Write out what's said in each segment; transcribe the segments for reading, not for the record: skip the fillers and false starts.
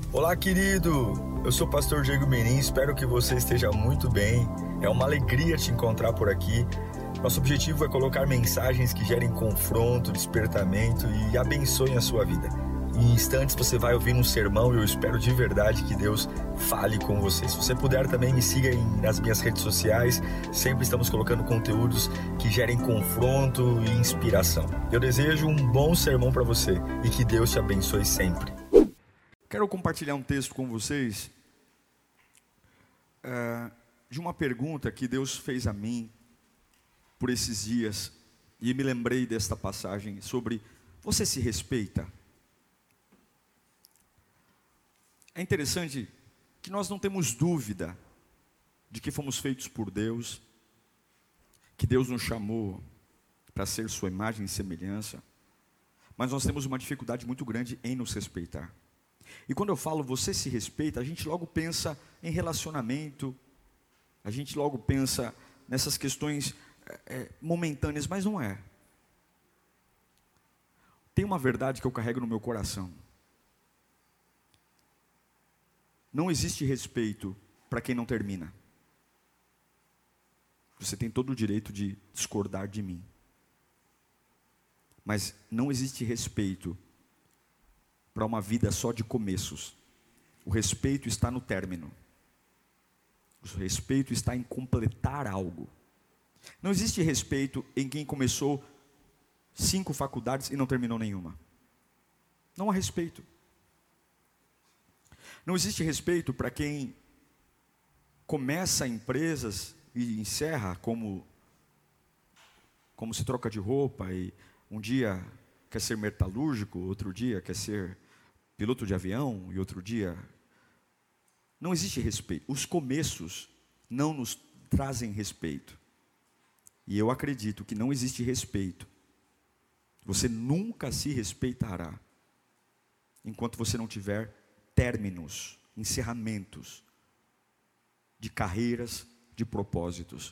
Olá, querido! Eu sou o pastor Diego Menin, espero que você esteja muito bem. É uma alegria te encontrar por aqui. Nosso objetivo é colocar mensagens que gerem confronto, despertamento e abençoem a sua vida. Em instantes você vai ouvir um sermão e eu espero de verdade que Deus fale com você. Se você puder também me siga nas minhas redes sociais, sempre estamos colocando conteúdos que gerem confronto e inspiração. Eu desejo um bom sermão para você e que Deus te abençoe sempre. Quero compartilhar um texto com vocês de uma pergunta que Deus fez a mim por esses dias, e me lembrei desta passagem sobre: você se respeita? É interessante que nós não temos dúvida de que fomos feitos por Deus, que Deus nos chamou para ser sua imagem e semelhança, mas nós temos uma dificuldade muito grande em nos respeitar. E quando eu falo você se respeita, a gente logo pensa em relacionamento, a gente logo pensa nessas questões momentâneas, mas não é. Tem uma verdade que eu carrego no meu coração. Não existe respeito para quem não termina. Você tem todo o direito de discordar de mim, mas não existe respeito para uma vida só de começos. O respeito está no término. O respeito está em completar algo. Não existe respeito em quem começou 5 faculdades e não terminou nenhuma. Não há respeito. Não existe respeito para quem começa empresas e encerra, como se troca de roupa, e um dia quer ser metalúrgico, outro dia quer ser piloto de avião, e outro dia... Não existe respeito. Os começos não nos trazem respeito. E eu acredito que não existe respeito. Você nunca se respeitará enquanto você não tiver términos, encerramentos de carreiras, de propósitos.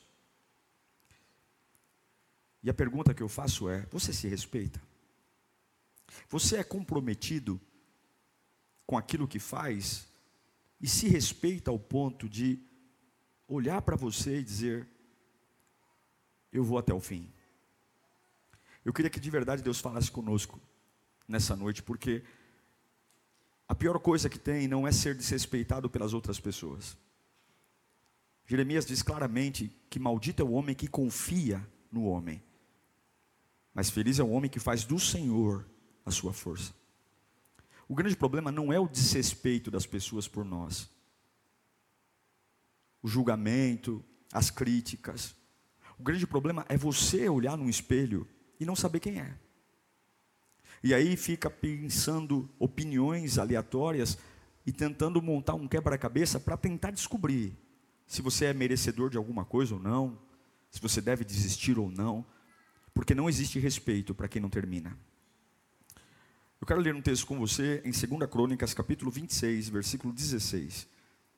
E a pergunta que eu faço é: você se respeita? Você é comprometido com aquilo que faz e se respeita ao ponto de olhar para você e dizer: eu vou até o fim? Eu queria que de verdade Deus falasse conosco nessa noite, porque a pior coisa que tem não é ser desrespeitado pelas outras pessoas. Jeremias diz claramente que maldito é o homem que confia no homem, mas feliz é o homem que faz do Senhor a sua força. O grande problema não é o desrespeito das pessoas por nós, o julgamento, as críticas. O grande problema é você olhar no espelho e não saber quem é. E aí fica pensando opiniões aleatórias e tentando montar um quebra-cabeça para tentar descobrir se você é merecedor de alguma coisa ou não, se você deve desistir ou não, porque não existe respeito para quem não termina. Eu quero ler um texto com você em 2 Crônicas, capítulo 26, versículo 16.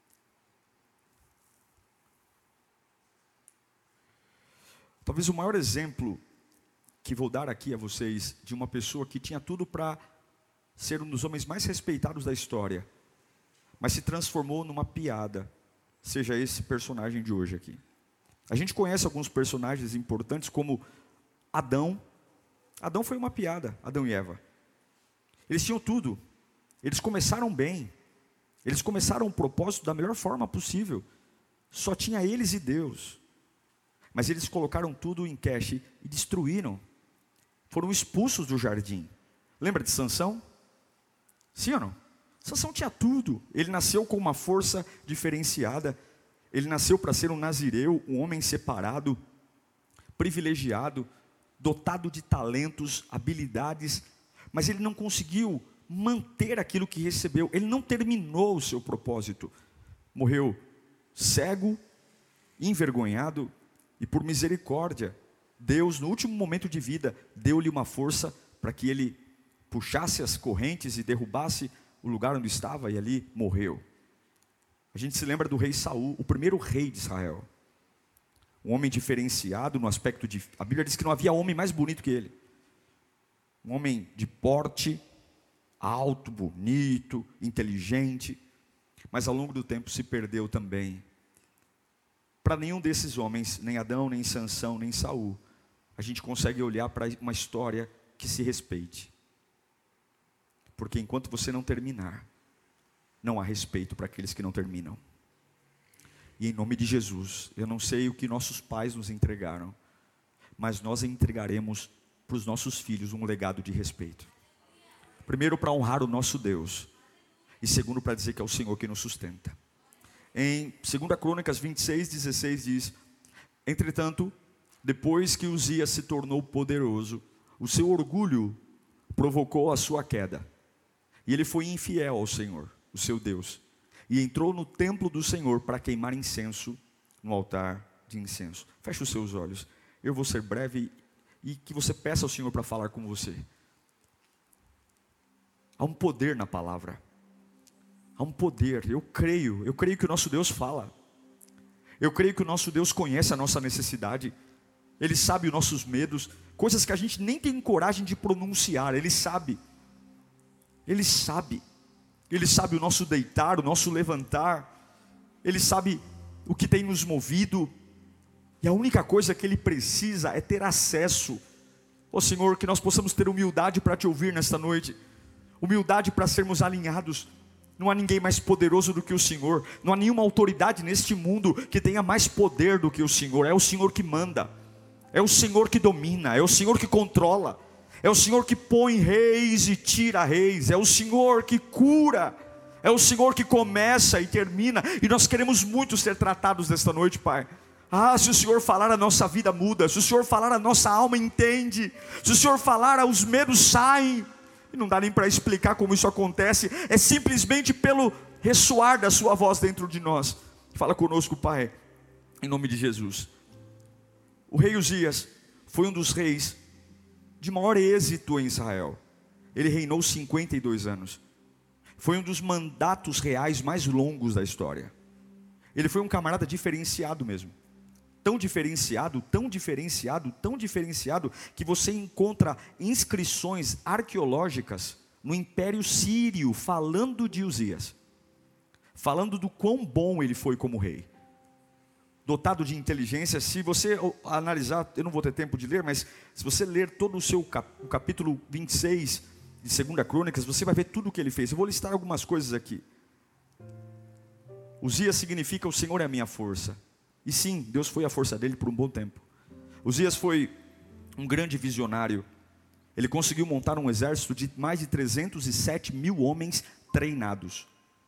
Talvez o maior exemplo que vou dar aqui a vocês de uma pessoa que tinha tudo para ser um dos homens mais respeitados da história, mas se transformou numa piada, seja esse personagem de hoje aqui. A gente conhece alguns personagens importantes como Adão. Adão foi uma piada, Adão e Eva. Eles tinham tudo, eles começaram bem, eles começaram o propósito da melhor forma possível, só tinha eles e Deus, mas eles colocaram tudo em cache e destruíram, foram expulsos do jardim. Lembra de Sansão? Sim ou não? Sansão tinha tudo, ele nasceu com uma força diferenciada, ele nasceu para ser um nazireu, um homem separado, privilegiado, dotado de talentos, habilidades, mas ele não conseguiu manter aquilo que recebeu, ele não terminou o seu propósito, morreu cego, envergonhado, e por misericórdia, Deus no último momento de vida, deu-lhe uma força para que ele puxasse as correntes e derrubasse o lugar onde estava, e ali morreu. A gente se lembra do rei Saul, o primeiro rei de Israel, um homem diferenciado no aspecto de... A Bíblia diz que não havia homem mais bonito que ele. Um homem de porte, alto, bonito, inteligente, mas ao longo do tempo se perdeu também. Para nenhum desses homens, nem Adão, nem Sansão, nem Saul, a gente consegue olhar para uma história que se respeite. Porque enquanto você não terminar, não há respeito para aqueles que não terminam. E em nome de Jesus, eu não sei o que nossos pais nos entregaram, mas nós entregaremos para os nossos filhos um legado de respeito. Primeiro, para honrar o nosso Deus, e segundo, para dizer que é o Senhor que nos sustenta. Em 2 Crônicas 26:16 diz: entretanto, depois que Uzias se tornou poderoso, o seu orgulho provocou a sua queda, e ele foi infiel ao Senhor, o seu Deus, e entrou no templo do Senhor para queimar incenso no altar de incenso. Feche os seus olhos, eu vou ser breve e que você peça ao Senhor para falar com você. Há um poder na palavra, há um poder. Eu creio que o nosso Deus fala, eu creio que o nosso Deus conhece a nossa necessidade, Ele sabe os nossos medos, coisas que a gente nem tem coragem de pronunciar. Ele sabe o nosso deitar, o nosso levantar, Ele sabe o que tem nos movido, e a única coisa que Ele precisa é ter acesso. Ó Senhor, que nós possamos ter humildade para Te ouvir nesta noite, humildade para sermos alinhados. Não há ninguém mais poderoso do que o Senhor, não há nenhuma autoridade neste mundo que tenha mais poder do que o Senhor. É o Senhor que manda, é o Senhor que domina, é o Senhor que controla, é o Senhor que põe reis e tira reis, é o Senhor que cura, é o Senhor que começa e termina. E nós queremos muito ser tratados nesta noite, Pai. Se o Senhor falar, a nossa vida muda. Se o Senhor falar, a nossa alma entende. Se o Senhor falar, os medos saem. E não dá nem para explicar como isso acontece, é simplesmente pelo ressoar da sua voz dentro de nós. Fala conosco, Pai, em nome de Jesus. O rei Uzias foi um dos reis de maior êxito em Israel. Ele reinou 52 anos. Foi um dos mandatos reais mais longos da história. Ele foi um camarada diferenciado mesmo. Tão diferenciado, que você encontra inscrições arqueológicas no Império Sírio falando de Uzias, falando do quão bom ele foi como rei, dotado de inteligência. Se você analisar, eu não vou ter tempo de ler, mas se você ler todo o capítulo 26 de 2 Crônicas, você vai ver tudo o que ele fez. Eu vou listar algumas coisas aqui. Uzias significa o Senhor é a minha força. E sim, Deus foi a força dele por um bom tempo. Uzias foi um grande visionário. Ele conseguiu montar um exército de mais de 307 mil homens treinados.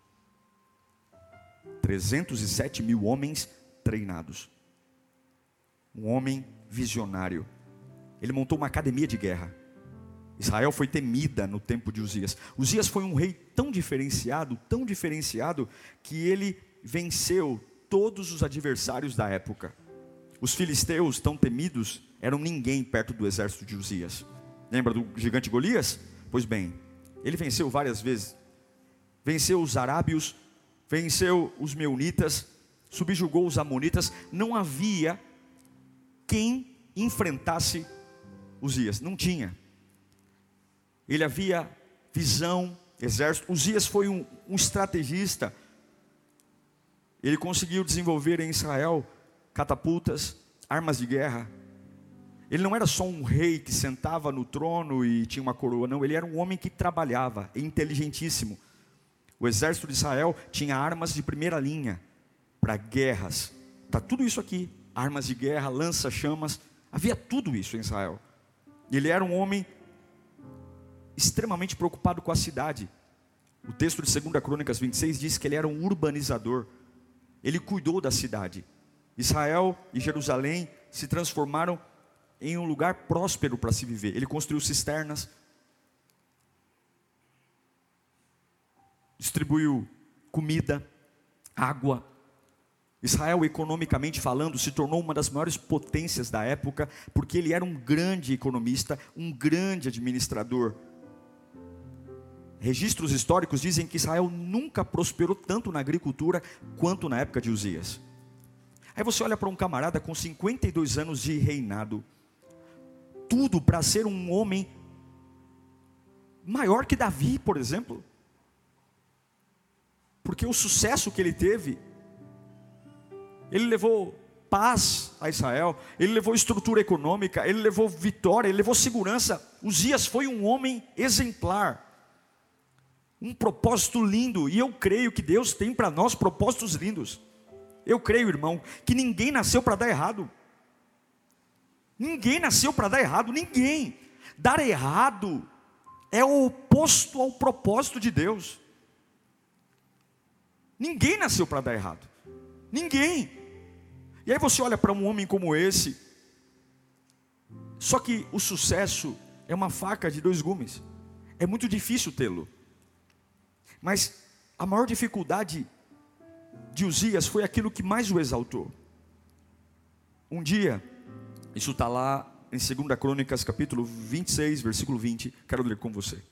307 mil homens treinados. Um homem visionário. Ele montou uma academia de guerra. Israel foi temida no tempo de Uzias. Uzias foi um rei tão diferenciado, que ele venceu todos os adversários da época. Os filisteus, tão temidos, eram ninguém perto do exército de Uzias. Lembra do gigante Golias? Pois bem, ele venceu várias vezes. Venceu os arábios, venceu os meunitas, subjugou os amonitas. Não havia quem enfrentasse Uzias, não tinha. Ele havia visão, exército. Uzias foi um estrategista. Ele conseguiu desenvolver em Israel catapultas, armas de guerra. Ele não era só um rei que sentava no trono e tinha uma coroa, não. Ele era um homem que trabalhava, inteligentíssimo. O exército de Israel tinha armas de primeira linha para guerras. Está tudo isso aqui, armas de guerra, lança-chamas. Havia tudo isso em Israel. Ele era um homem extremamente preocupado com a cidade. O texto de 2 Crônicas 26 diz que ele era um urbanizador. Ele cuidou da cidade. Israel e Jerusalém se transformaram em um lugar próspero para se viver. Ele construiu cisternas, distribuiu comida, água. Israel, economicamente falando, se tornou uma das maiores potências da época, porque ele era um grande economista, um grande administrador. Registros históricos dizem que Israel nunca prosperou tanto na agricultura quanto na época de Uzias. Aí você olha para um camarada com 52 anos de reinado, tudo para ser um homem maior que Davi, por exemplo. Porque o sucesso que ele teve, ele levou paz a Israel, ele levou estrutura econômica, ele levou vitória, ele levou segurança. Uzias foi um homem exemplar, um propósito lindo, e eu creio que Deus tem para nós propósitos lindos. Eu creio, irmão, que ninguém nasceu para dar errado. Ninguém nasceu para dar errado, ninguém. Dar errado é o oposto ao propósito de Deus. Ninguém nasceu para dar errado, ninguém. E aí você olha para um homem como esse, só que o sucesso é uma faca de dois gumes, é muito difícil tê-lo. Mas a maior dificuldade de Uzias foi aquilo que mais o exaltou. Um dia, isso está lá em 2 Crônicas, capítulo 26, versículo 20, quero ler com você.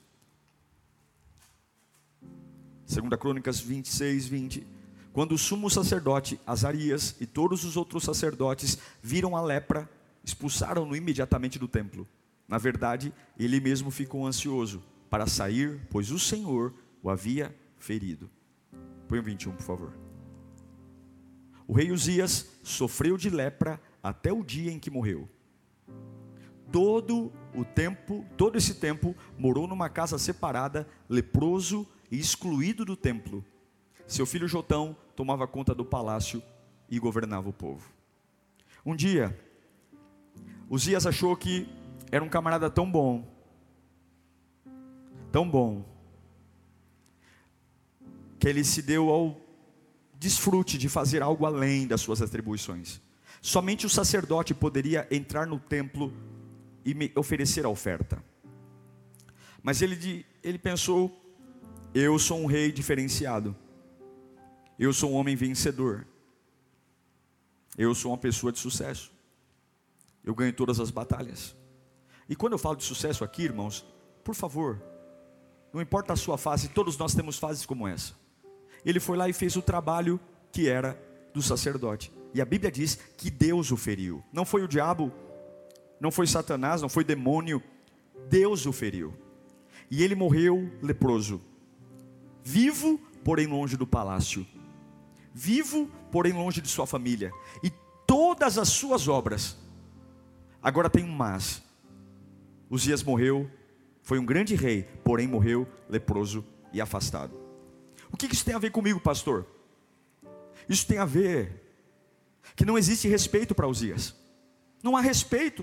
2 Crônicas 26, 20. Quando o sumo sacerdote Azarias e todos os outros sacerdotes viram a lepra, expulsaram-no imediatamente do templo. Na verdade, ele mesmo ficou ansioso para sair, pois o Senhor o havia ferido. Põe o 21, por favor. O rei Uzias sofreu de lepra até o dia em que morreu. Todo esse tempo, morou numa casa separada, leproso e excluído do templo. Seu filho Jotão tomava conta do palácio e governava o povo. Um dia, Uzias achou que era um camarada tão bom, que ele se deu ao desfrute de fazer algo além das suas atribuições. Somente o sacerdote poderia entrar no templo e me oferecer a oferta. Mas ele pensou: eu sou um rei diferenciado, eu sou um homem vencedor, eu sou uma pessoa de sucesso, eu ganho todas as batalhas. E quando eu falo de sucesso aqui, irmãos, por favor, não importa a sua fase, todos nós temos fases como essa. Ele foi lá e fez o trabalho que era do sacerdote, e a Bíblia diz que Deus o feriu. Não foi o diabo, não foi Satanás, não foi demônio, Deus o feriu. E ele morreu leproso, vivo, porém longe do palácio, vivo, porém longe de sua família, e todas as suas obras. Agora tem um mas: Uzias morreu, foi um grande rei, porém morreu leproso e afastado. O que isso tem a ver comigo, pastor? Isso tem a ver que não existe respeito para Uzias. Não há respeito.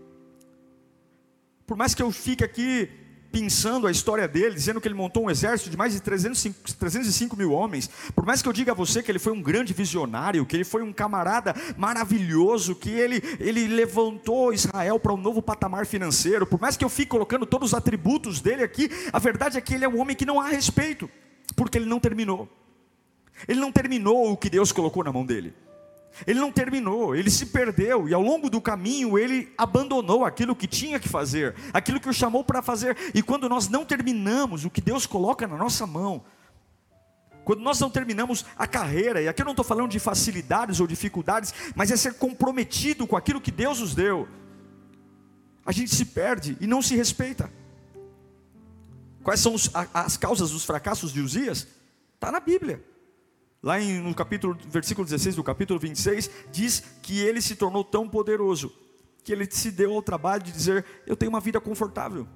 Por mais que eu fique aqui pensando a história dele, dizendo que ele montou um exército de mais de 305 mil homens, por mais que eu diga a você que ele foi um grande visionário, que ele foi um camarada maravilhoso, que ele levantou Israel para um novo patamar financeiro, por mais que eu fique colocando todos os atributos dele aqui, a verdade é que ele é um homem que não há respeito, porque ele não terminou. Ele não terminou o que Deus colocou na mão dele. Ele não terminou, ele se perdeu, e ao longo do caminho ele abandonou aquilo que tinha que fazer, aquilo que o chamou para fazer. E quando nós não terminamos o que Deus coloca na nossa mão, quando nós não terminamos a carreira, e aqui eu não estou falando de facilidades ou dificuldades, mas é ser comprometido com aquilo que Deus nos deu, a gente se perde e não se respeita. Quais são as causas dos fracassos de Uzias? Está na Bíblia. Lá no versículo 16 do capítulo 26, diz que ele se tornou tão poderoso, que ele se deu ao trabalho de dizer: eu tenho uma vida confortável.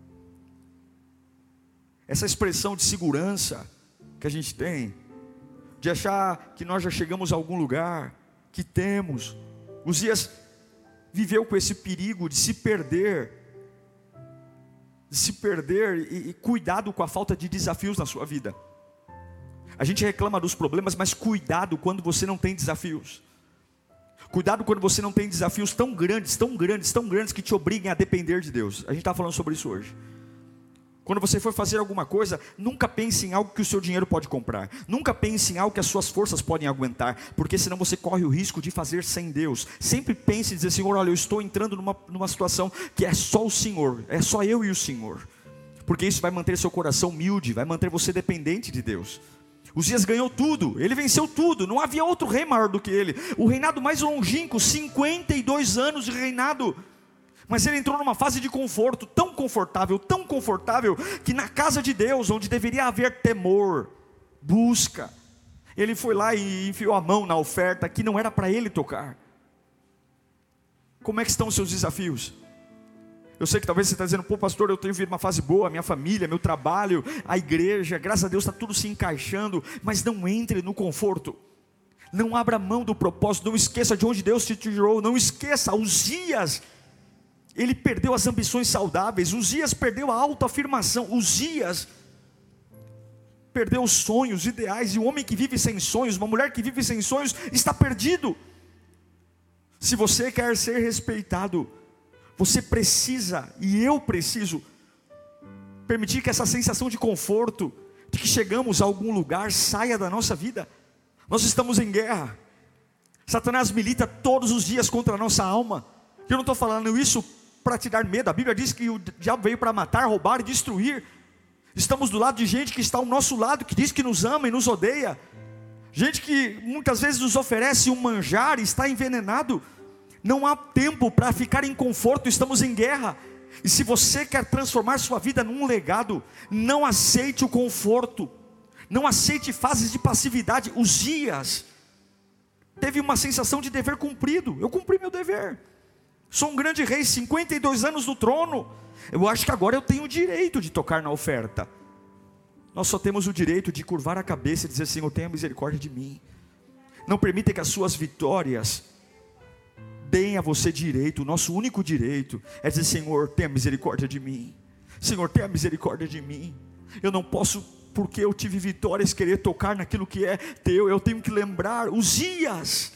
Essa expressão de segurança que a gente tem, de achar que nós já chegamos a algum lugar, que temos. Uzias viveu com esse perigo de se perder, e cuidado com a falta de desafios na sua vida. A gente reclama dos problemas, mas cuidado quando você não tem desafios. Cuidado quando você não tem desafios tão grandes, que te obriguem a depender de Deus. A gente está falando sobre isso hoje. Quando você for fazer alguma coisa, nunca pense em algo que o seu dinheiro pode comprar. Nunca pense em algo que as suas forças podem aguentar, porque senão você corre o risco de fazer sem Deus. Sempre pense e dizer: Senhor, olha, eu estou entrando numa situação que é só o Senhor, é só eu e o Senhor. Porque isso vai manter seu coração humilde, vai manter você dependente de Deus. Uzias ganhou tudo, ele venceu tudo, não havia outro rei maior do que ele. O reinado mais longínquo, 52 anos de reinado. Mas ele entrou numa fase de conforto, tão confortável, que na casa de Deus, onde deveria haver temor, busca, ele foi lá e enfiou a mão na oferta que não era para ele tocar. Como é que estão os seus desafios? Eu sei que talvez você está dizendo, pô pastor, eu tenho vivido uma fase boa, minha família, meu trabalho, a igreja, graças a Deus está tudo se encaixando, mas não entre no conforto, não abra mão do propósito, não esqueça de onde Deus te tirou, não esqueça. Uzias, ele perdeu as ambições saudáveis, Uzias perdeu a autoafirmação, Uzias perdeu os sonhos, ideais, e o homem que vive sem sonhos, uma mulher que vive sem sonhos, está perdido. Se você quer ser respeitado, você precisa, e eu preciso, permitir que essa sensação de conforto, de que chegamos a algum lugar, saia da nossa vida. Nós estamos em guerra, Satanás milita todos os dias contra a nossa alma. Eu não estou falando isso para te dar medo, a Bíblia diz que o diabo veio para matar, roubar e destruir. Estamos do lado de gente que está ao nosso lado, que diz que nos ama e nos odeia, gente que muitas vezes nos oferece um manjar e está envenenado. Não há tempo para ficar em conforto, estamos em guerra. E se você quer transformar sua vida num legado, não aceite o conforto, não aceite fases de passividade. Uzias teve uma sensação de dever cumprido. Eu cumpri meu dever, sou um grande rei, 52 anos no trono, eu acho que agora eu tenho o direito de tocar na oferta. Nós só temos o direito de curvar a cabeça e dizer, Senhor, tenha misericórdia de mim. Não permita que as suas vitórias deem a você direito. O nosso único direito é dizer, Senhor, tenha misericórdia de mim. Senhor, tenha misericórdia de mim. Eu não posso, porque eu tive vitórias, querer tocar naquilo que é teu. Eu tenho que lembrar, Uzias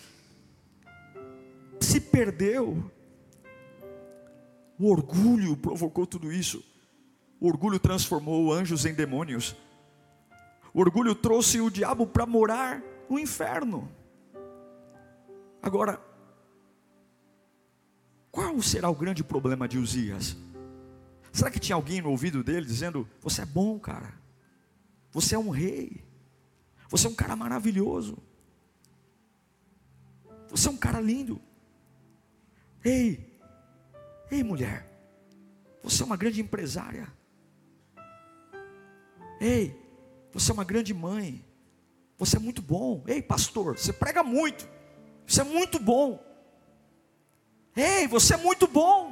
se perdeu. O orgulho provocou tudo isso. O orgulho transformou anjos em demônios. O orgulho trouxe o diabo para morar no inferno. Agora, qual será o grande problema de Uzias? Será que tinha alguém no ouvido dele dizendo, você é bom, cara, você é um rei, você é um cara maravilhoso, você é um cara lindo, ei mulher, você é uma grande empresária, ei, você é uma grande mãe, você é muito bom, ei pastor, você prega muito, você é muito bom, ei, você é muito bom.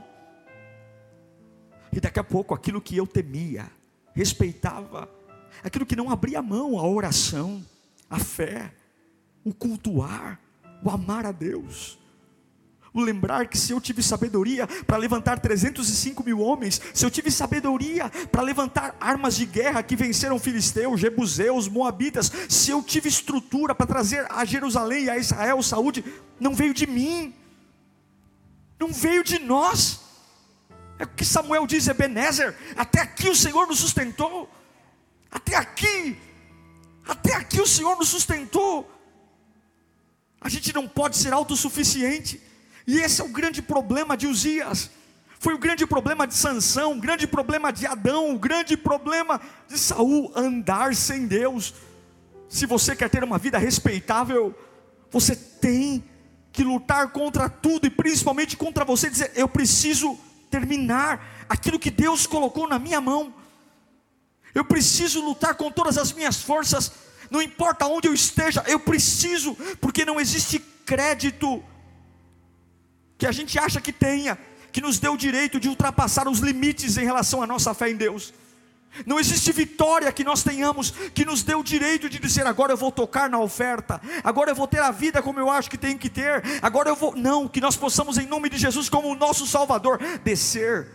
E daqui a pouco aquilo que eu temia, respeitava, aquilo que não abria mão, a oração, a fé, o cultuar, o amar a Deus, o lembrar que se eu tive sabedoria para levantar 305 mil homens, se eu tive sabedoria para levantar armas de guerra que venceram filisteus, jebuseus, moabitas, se eu tive estrutura para trazer a Jerusalém e a Israel saúde, não veio de mim, não veio de nós. É o que Samuel diz, Ebenezer, até aqui o Senhor nos sustentou, até aqui o Senhor nos sustentou. A gente não pode ser autossuficiente, e esse é o grande problema de Uzias, foi o grande problema de Sansão, o grande problema de Adão, o grande problema de Saul, andar sem Deus. Se você quer ter uma vida respeitável, você tem que lutar contra tudo, e principalmente contra você, dizer, eu preciso terminar aquilo que Deus colocou na minha mão, eu preciso lutar com todas as minhas forças, não importa onde eu esteja, eu preciso, porque não existe crédito que a gente acha que tenha, que nos dê o direito de ultrapassar os limites em relação à nossa fé em Deus. Não existe vitória que nós tenhamos que nos dê o direito de dizer, agora eu vou tocar na oferta, agora eu vou ter a vida como eu acho que tenho que ter, agora eu vou, não, que nós possamos em nome de Jesus como o nosso Salvador, descer,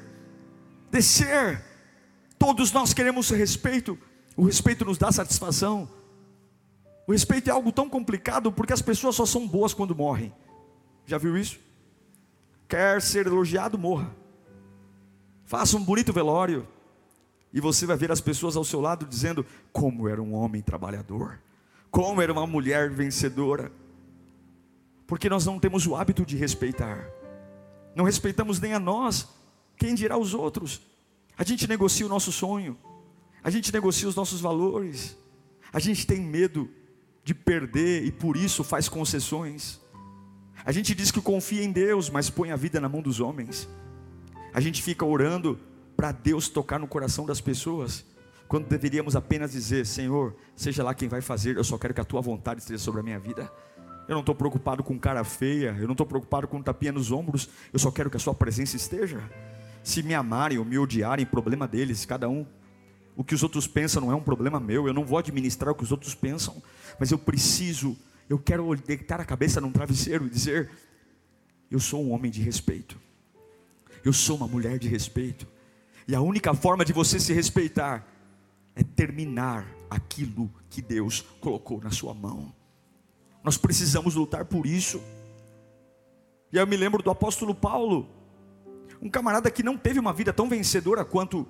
todos nós queremos respeito, o respeito nos dá satisfação, o respeito é algo tão complicado, porque as pessoas só são boas quando morrem, já viu isso? Quer ser elogiado, morra, faça um bonito velório, e você vai ver as pessoas ao seu lado dizendo, como era um homem trabalhador, como era uma mulher vencedora, porque nós não temos o hábito de respeitar, não respeitamos nem a nós, quem dirá os outros. A gente negocia o nosso sonho, a gente negocia os nossos valores, a gente tem medo de perder e por isso faz concessões, a gente diz que confia em Deus, mas põe a vida na mão dos homens. A gente fica orando para Deus tocar no coração das pessoas, quando deveríamos apenas dizer: Senhor, seja lá quem vai fazer, eu só quero que a tua vontade esteja sobre a minha vida. Eu não estou preocupado com cara feia, eu não estou preocupado com tapinha nos ombros, eu só quero que a sua presença esteja. Se me amarem ou me odiarem, problema deles, cada um. O que os outros pensam não é um problema meu, eu não vou administrar o que os outros pensam, mas eu quero deitar a cabeça num travesseiro e dizer: eu sou um homem de respeito, eu sou uma mulher de respeito, e a única forma de você se respeitar é terminar aquilo que Deus colocou na sua mão. Nós precisamos lutar por isso. E aí eu me lembro do apóstolo Paulo, um camarada que não teve uma vida tão vencedora quanto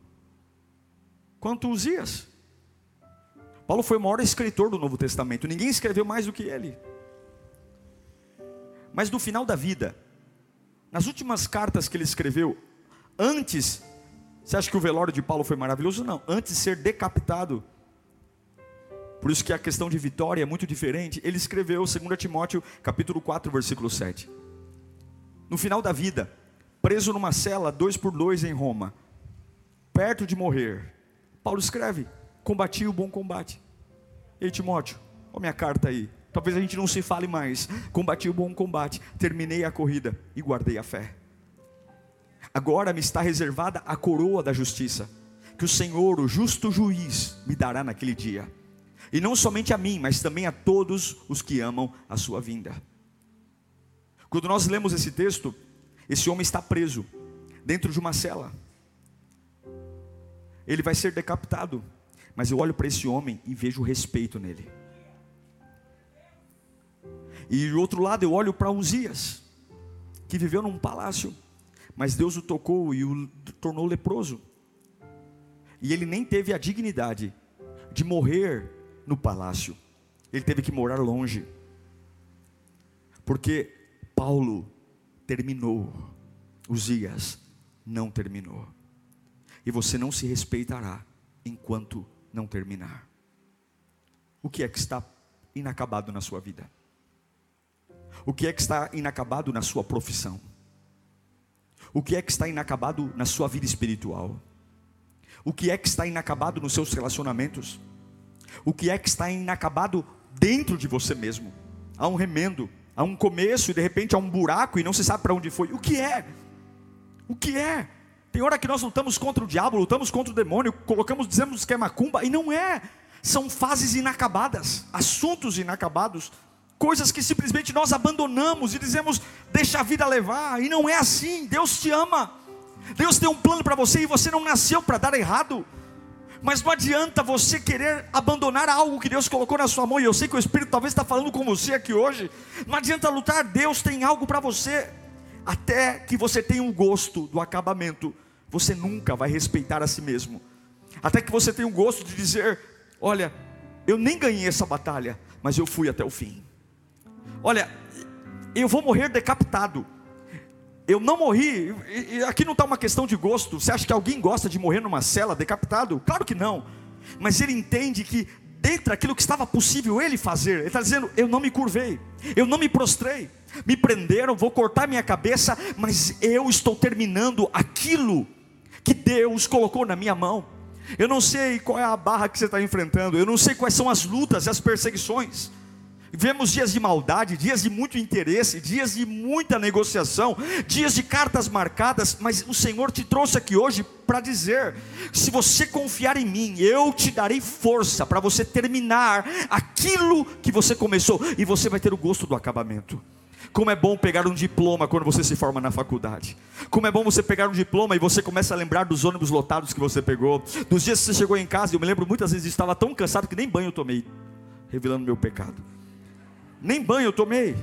Uzias. Paulo foi o maior escritor do Novo Testamento, ninguém escreveu mais do que ele. Mas no final da vida, nas últimas cartas que ele escreveu, antes, você acha que o velório de Paulo foi maravilhoso? Não, antes de ser decapitado, por isso que a questão de vitória é muito diferente. Ele escreveu 2 Timóteo capítulo 4, versículo 7. No final da vida, preso numa cela 2x2 em Roma, perto de morrer, Paulo escreve: combati o bom combate. Ei, Timóteo, olha minha carta aí, talvez a gente não se fale mais. Combati o bom combate, terminei a corrida e guardei a fé. Agora me está reservada a coroa da justiça, que o Senhor, o justo juiz, me dará naquele dia. E não somente a mim, mas também a todos os que amam a sua vinda. Quando nós lemos esse texto, esse homem está preso dentro de uma cela. Ele vai ser decapitado, mas eu olho para esse homem e vejo respeito nele. E do outro lado eu olho para Uzias, que viveu num palácio, mas Deus o tocou e o tornou leproso. E ele nem teve a dignidade de morrer no palácio, ele teve que morar longe, porque Paulo terminou, Uzias não terminou. E você não se respeitará enquanto não terminar. O que é que está inacabado na sua vida? O que é que está inacabado na sua profissão? O que é que está inacabado na sua vida espiritual? O que é que está inacabado nos seus relacionamentos? O que é que está inacabado dentro de você mesmo? Há um remendo, há um começo e de repente há um buraco e não se sabe para onde foi. O que é? O que é? Tem hora que nós lutamos contra o diabo, lutamos contra o demônio, dizemos que é macumba, e não é. São fases inacabadas, assuntos inacabados, coisas que simplesmente nós abandonamos e dizemos: deixa a vida levar. E não é assim. Deus te ama, Deus tem um plano para você e você não nasceu para dar errado. Mas não adianta você querer abandonar algo que Deus colocou na sua mão. E eu sei que o Espírito talvez está falando com você aqui hoje. Não adianta lutar, Deus tem algo para você. Até que você tenha um gosto do acabamento, você nunca vai respeitar a si mesmo. Até que você tenha um gosto de dizer: olha, eu nem ganhei essa batalha, mas eu fui até o fim. Olha, eu vou morrer decapitado. Eu não morri, e aqui não está uma questão de gosto. Você acha que alguém gosta de morrer numa cela decapitado? Claro que não. Mas ele entende que dentro daquilo que estava possível ele fazer, ele está dizendo: eu não me curvei, eu não me prostrei. Me prenderam, vou cortar minha cabeça, mas eu estou terminando aquilo que Deus colocou na minha mão. Eu não sei qual é a barra que você está enfrentando, eu não sei quais são as lutas e as perseguições. Vivemos dias de maldade, dias de muito interesse, dias de muita negociação, dias de cartas marcadas, mas o Senhor te trouxe aqui hoje para dizer: se você confiar em mim, eu te darei força para você terminar aquilo que você começou, e você vai ter o gosto do acabamento. Como é bom pegar um diploma quando você se forma na faculdade. Como é bom você pegar um diploma e você começa a lembrar dos ônibus lotados que você pegou, dos dias que você chegou em casa. Eu me lembro muitas vezes, eu estava tão cansado que nem banho eu tomei, revelando meu pecado. Nem banho eu tomei.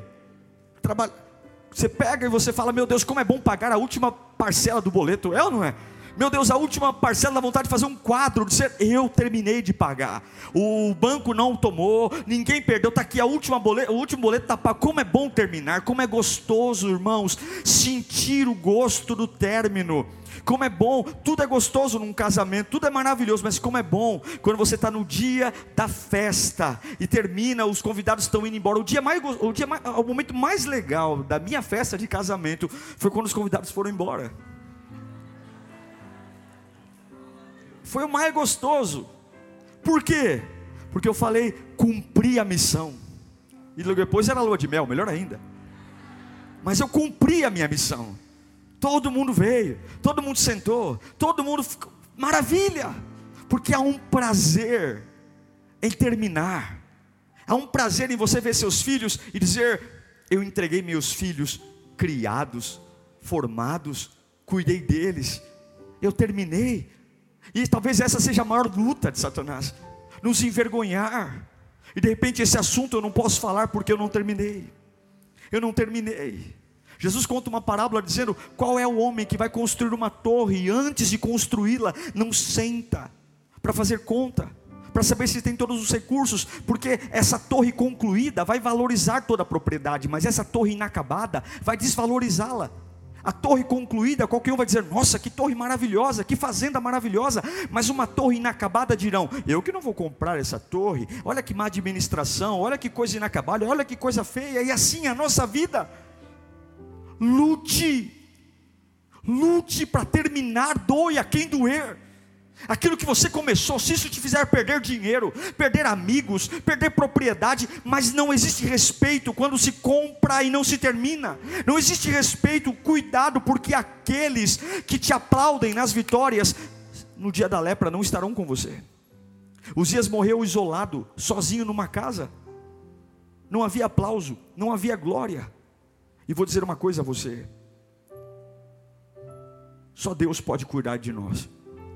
Você pega e você fala: meu Deus, como é bom pagar a última parcela do boleto. É ou não é? Meu Deus, a última parcela dá vontade de fazer um quadro, dizer: eu terminei de pagar, o banco não tomou, ninguém perdeu, está aqui o último boleto está pago. Como é bom terminar, como é gostoso, irmãos, sentir o gosto do término. Como é bom, tudo é gostoso num casamento, tudo é maravilhoso, mas como é bom quando você está no dia da festa e termina, os convidados estão indo embora. O momento mais legal da minha festa de casamento foi quando os convidados foram embora. Foi o mais gostoso. Por quê? Porque eu falei, cumpri a missão. E logo depois era lua de mel, melhor ainda. Mas eu cumpri a minha missão. Todo mundo veio, todo mundo sentou, todo mundo ficou, maravilha. Porque há um prazer em terminar. Há um prazer em você ver seus filhos e dizer, eu entreguei meus filhos criados, formados, cuidei deles, eu terminei. E talvez essa seja a maior luta de Satanás, nos envergonhar. E de repente esse assunto eu não posso falar porque eu não terminei. Eu não terminei. Jesus conta uma parábola dizendo, qual é o homem que vai construir uma torre e antes de construí-la, não senta para fazer conta, para saber se tem todos os recursos, porque essa torre concluída vai valorizar toda a propriedade, mas essa torre inacabada vai desvalorizá-la. A torre concluída, qualquer um vai dizer, nossa, que torre maravilhosa, que fazenda maravilhosa. Mas uma torre inacabada dirão, eu que não vou comprar essa torre, olha que má administração, olha que coisa inacabada, olha que coisa feia. E assim é a nossa vida. Lute para terminar, doe a quem doer. Aquilo que você começou, se isso te fizer perder dinheiro, perder amigos, perder propriedade, mas não existe respeito quando se compra e não se termina. Não existe respeito, cuidado, porque aqueles que te aplaudem nas vitórias, no dia da lepra não estarão com você. Uzias morreu isolado, sozinho numa casa. Não havia aplauso, não havia glória. E vou dizer uma coisa a você, só Deus pode cuidar de nós.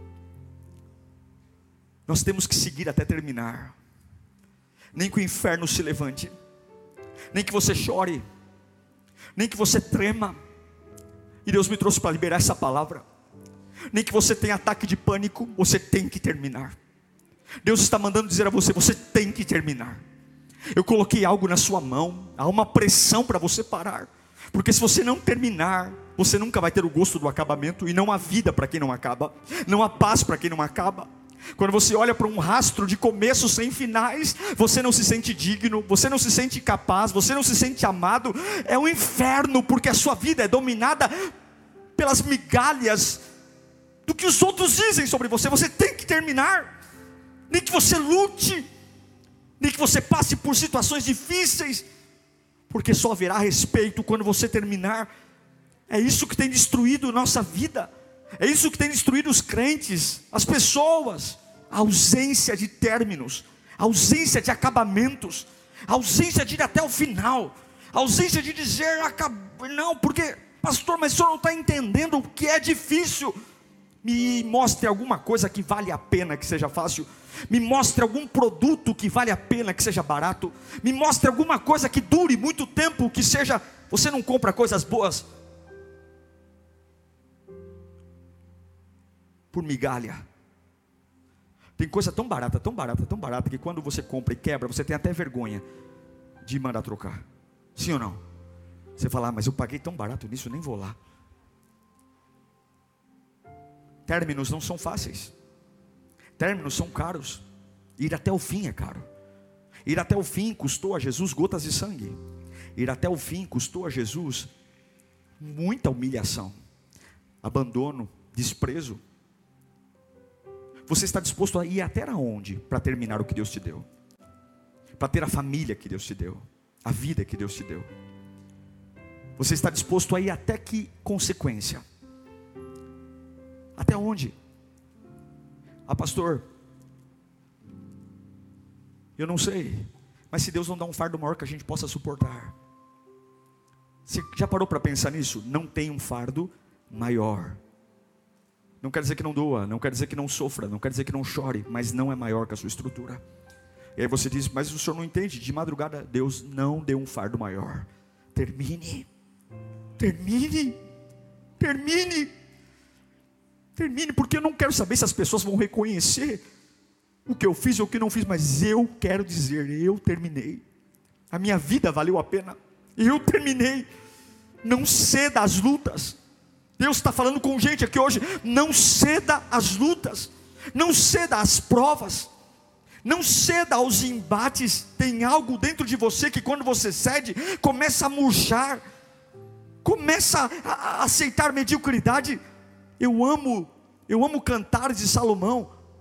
Nós temos que seguir até terminar. Nem que o inferno se levante, nem que você chore, nem que você trema. E Deus me trouxe para liberar essa palavra. Nem que você tenha ataque de pânico, você tem que terminar. Deus está mandando dizer a você, você tem que terminar. Eu coloquei algo na sua mão, há uma pressão para você parar. Porque se você não terminar, você nunca vai ter o gosto do acabamento. E não há vida para quem não acaba, não há paz para quem não acaba. Quando você olha para um rastro de começos sem finais, você não se sente digno, você não se sente capaz, você não se sente amado. É um inferno, porque a sua vida é dominada pelas migalhas do que os outros dizem sobre você. Você tem que terminar, nem que você lute, nem que você passe por situações difíceis, porque só haverá respeito quando você terminar. É isso que tem destruído nossa vida. É isso que tem destruído os crentes, as pessoas. A ausência de términos, a ausência de acabamentos, a ausência de ir até o final, a ausência de dizer, não, porque, pastor, mas o senhor não está entendendo o que é difícil. Me mostre alguma coisa que vale a pena que seja fácil. Me mostre algum produto que vale a pena que seja barato. Me mostre alguma coisa que dure muito tempo, que seja... Você não compra coisas boas por migalha. Tem coisa tão barata, tão barata, tão barata, que quando você compra e quebra, você tem até vergonha de mandar trocar. Sim ou não? Você fala, mas eu paguei tão barato nisso, nem vou lá. Términos não são fáceis. Términos são caros. Ir até o fim é caro. Ir até o fim custou a Jesus gotas de sangue. Ir até o fim custou a Jesus muita humilhação, abandono, desprezo. Você está disposto a ir até onde para terminar o que Deus te deu? Para ter a família que Deus te deu, a vida que Deus te deu. Você está disposto a ir até que consequência? Até onde? Ah, pastor, eu não sei, mas se Deus não dá um fardo maior que a gente possa suportar. Você já parou para pensar nisso? Não tem um fardo maior. Não quer dizer que não doa, não quer dizer que não sofra, não quer dizer que não chore, mas não é maior que a sua estrutura. E aí você diz, mas o senhor não entende, de madrugada Deus não deu um fardo maior. Termine, termine, termine, termine, porque eu não quero saber se as pessoas vão reconhecer o que eu fiz ou o que não fiz, mas eu quero dizer, eu terminei. A minha vida valeu a pena, eu terminei. Não ceda às lutas. Deus está falando com gente aqui hoje, não ceda às lutas, não ceda às provas, não ceda aos embates. Tem algo dentro de você que quando você cede, começa a murchar, começa a aceitar mediocridade. Eu amo Cantares de Salomão,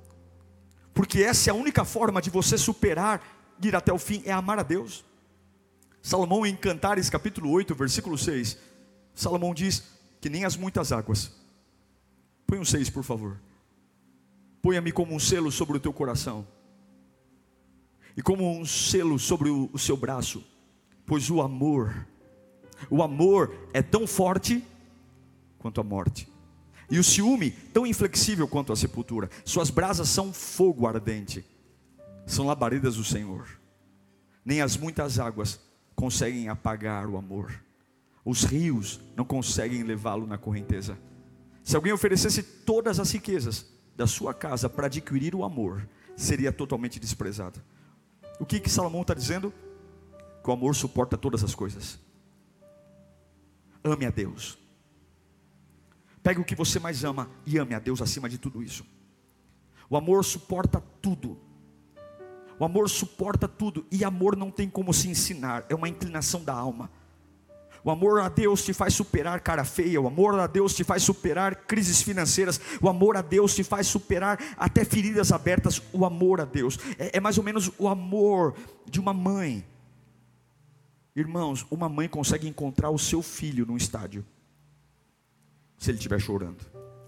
porque essa é a única forma de você superar, ir até o fim, é amar a Deus. Salomão, em Cantares capítulo 8, versículo 6, Salomão diz que nem as muitas águas. Põe um 6, por favor. Ponha-me como um selo sobre o teu coração, e como um selo sobre o seu braço, pois o amor é tão forte quanto a morte, e o ciúme tão inflexível quanto a sepultura. Suas brasas são fogo ardente, são labaredas do Senhor. Nem as muitas águas conseguem apagar o amor, os rios não conseguem levá-lo na correnteza. Se alguém oferecesse todas as riquezas da sua casa para adquirir o amor, seria totalmente desprezado. O que Salomão está dizendo? Que o amor suporta todas as coisas. Ame a Deus. Pegue o que você mais ama e ame a Deus acima de tudo isso. O amor suporta tudo. O amor suporta tudo. E amor não tem como se ensinar, é uma inclinação da alma. O amor a Deus te faz superar cara feia. O amor a Deus te faz superar crises financeiras. O amor a Deus te faz superar até feridas abertas. O amor a Deus é mais ou menos o amor de uma mãe. Irmãos, uma mãe consegue encontrar o seu filho num estádio, se ele estiver chorando.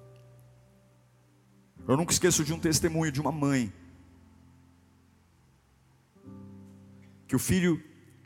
Eu nunca esqueço de um testemunho de uma mãe, que o filho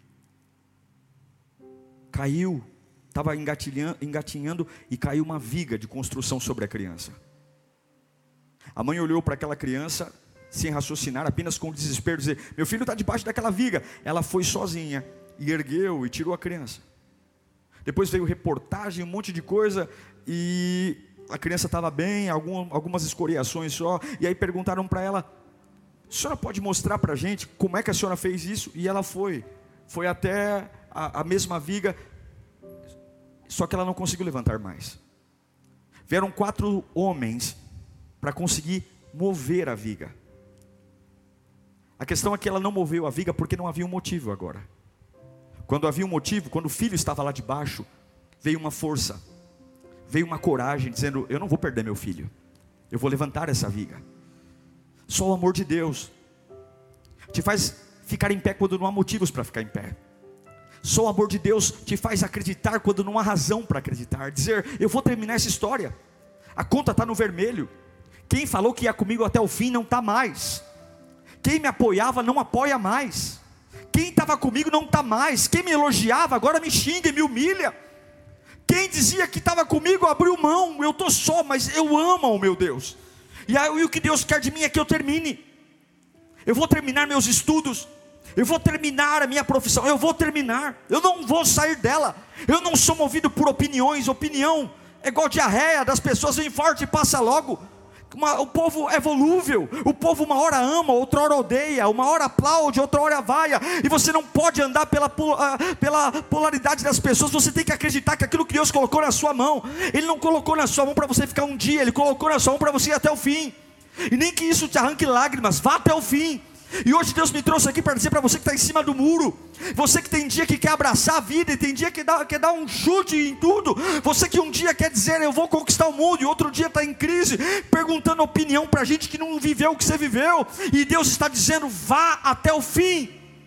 caiu, estava engatinhando e caiu uma viga de construção sobre a criança. A mãe olhou para aquela criança sem raciocinar, apenas com desespero, dizer: meu filho está debaixo daquela viga. Ela foi sozinha e ergueu e tirou a criança. Depois veio reportagem, um monte de coisa, e a criança estava bem, algumas escoriações só. E aí perguntaram para ela: a senhora pode mostrar para a gente como é que a senhora fez isso? E ela foi até a mesma viga, só que ela não conseguiu levantar mais. Vieram 4 homens para conseguir mover a viga. A questão é que ela não moveu a viga porque não havia um motivo agora. Quando havia um motivo, quando o filho estava lá debaixo, veio uma força, veio uma coragem, dizendo: eu não vou perder meu filho, eu vou levantar essa viga. Só o amor de Deus te faz ficar em pé quando não há motivos para ficar em pé. Só o amor de Deus te faz acreditar quando não há razão para acreditar. Dizer: eu vou terminar essa história, a conta está no vermelho. Quem falou que ia comigo até o fim não está mais. Quem me apoiava não apoia mais. Quem estava comigo não está mais. Quem me elogiava agora me xinga e me humilha. Quem dizia que estava comigo abriu mão. Eu estou só, mas eu amo o meu Deus. E o que Deus quer de mim é que eu termine. Eu vou terminar meus estudos, eu vou terminar a minha profissão, eu vou terminar, eu não vou sair dela. Eu não sou movido por opiniões. Opinião é igual diarreia, das pessoas vem forte e passa logo. O povo é volúvel. O povo uma hora ama, outra hora odeia, uma hora aplaude, outra hora vaia. E você não pode andar pela polaridade das pessoas. Você tem que acreditar que aquilo que Deus colocou na sua mão, Ele não colocou na sua mão para você ficar um dia, Ele colocou na sua mão para você ir até o fim. E nem que isso te arranque lágrimas, vá até o fim. E hoje Deus me trouxe aqui para dizer para você que está em cima do muro, você que tem dia que quer abraçar a vida, e tem dia que quer dar um chute em tudo, você que um dia quer dizer: eu vou conquistar o mundo, e outro dia está em crise, perguntando opinião para gente que não viveu o que você viveu. E Deus está dizendo: vá até o fim,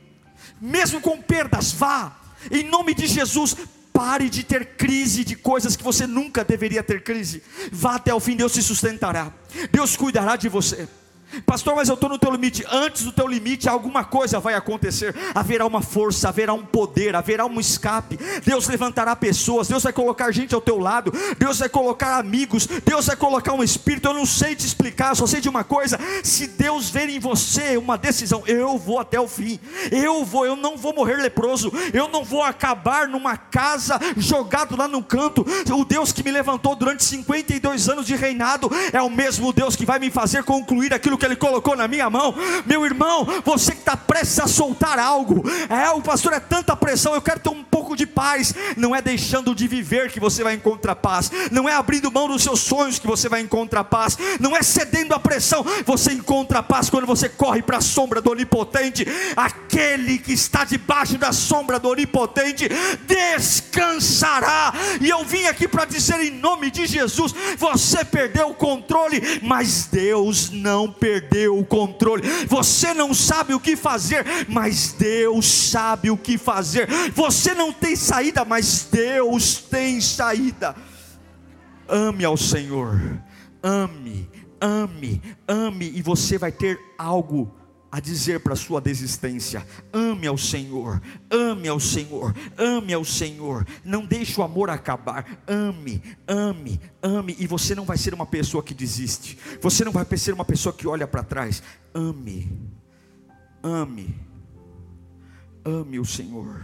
mesmo com perdas, vá, em nome de Jesus. Pare de ter crise de coisas que você nunca deveria ter crise. Vá até o fim, Deus te sustentará, Deus cuidará de você. Pastor, mas eu estou no teu limite. Antes do teu limite, alguma coisa vai acontecer. Haverá uma força, haverá um poder, haverá um escape. Deus levantará pessoas, Deus vai colocar gente ao teu lado, Deus vai colocar amigos, Deus vai colocar um espírito. Eu não sei te explicar, eu só sei de uma coisa: se Deus ver em você uma decisão, eu vou até o fim. Eu não vou morrer leproso, eu não vou acabar numa casa, jogado lá no canto. O Deus que me levantou durante 52 anos de reinado é o mesmo Deus que vai me fazer concluir aquilo que Ele colocou na minha mão. Meu irmão, você que está prestes a soltar algo, o pastor, é tanta pressão, eu quero ter um pouco pouco de paz. Não é deixando de viver que você vai encontrar paz, não é abrindo mão dos seus sonhos que você vai encontrar paz, não é cedendo à pressão. Você encontra paz quando você corre para a sombra do Onipotente. Aquele que está debaixo da sombra do Onipotente descansará. E eu vim aqui para dizer em nome de Jesus: você perdeu o controle, mas Deus não perdeu o controle. Você não sabe o que fazer, mas Deus sabe o que fazer. Você não tem saída, mas Deus tem saída. Ame ao Senhor, ame, ame, ame, e você vai ter algo a dizer para a sua desistência. Ame ao Senhor, ame ao Senhor, ame ao Senhor. Não deixe o amor acabar. Ame, ame, ame. E você não vai ser uma pessoa que desiste. Você não vai ser uma pessoa que olha para trás. Ame, ame, ame o Senhor.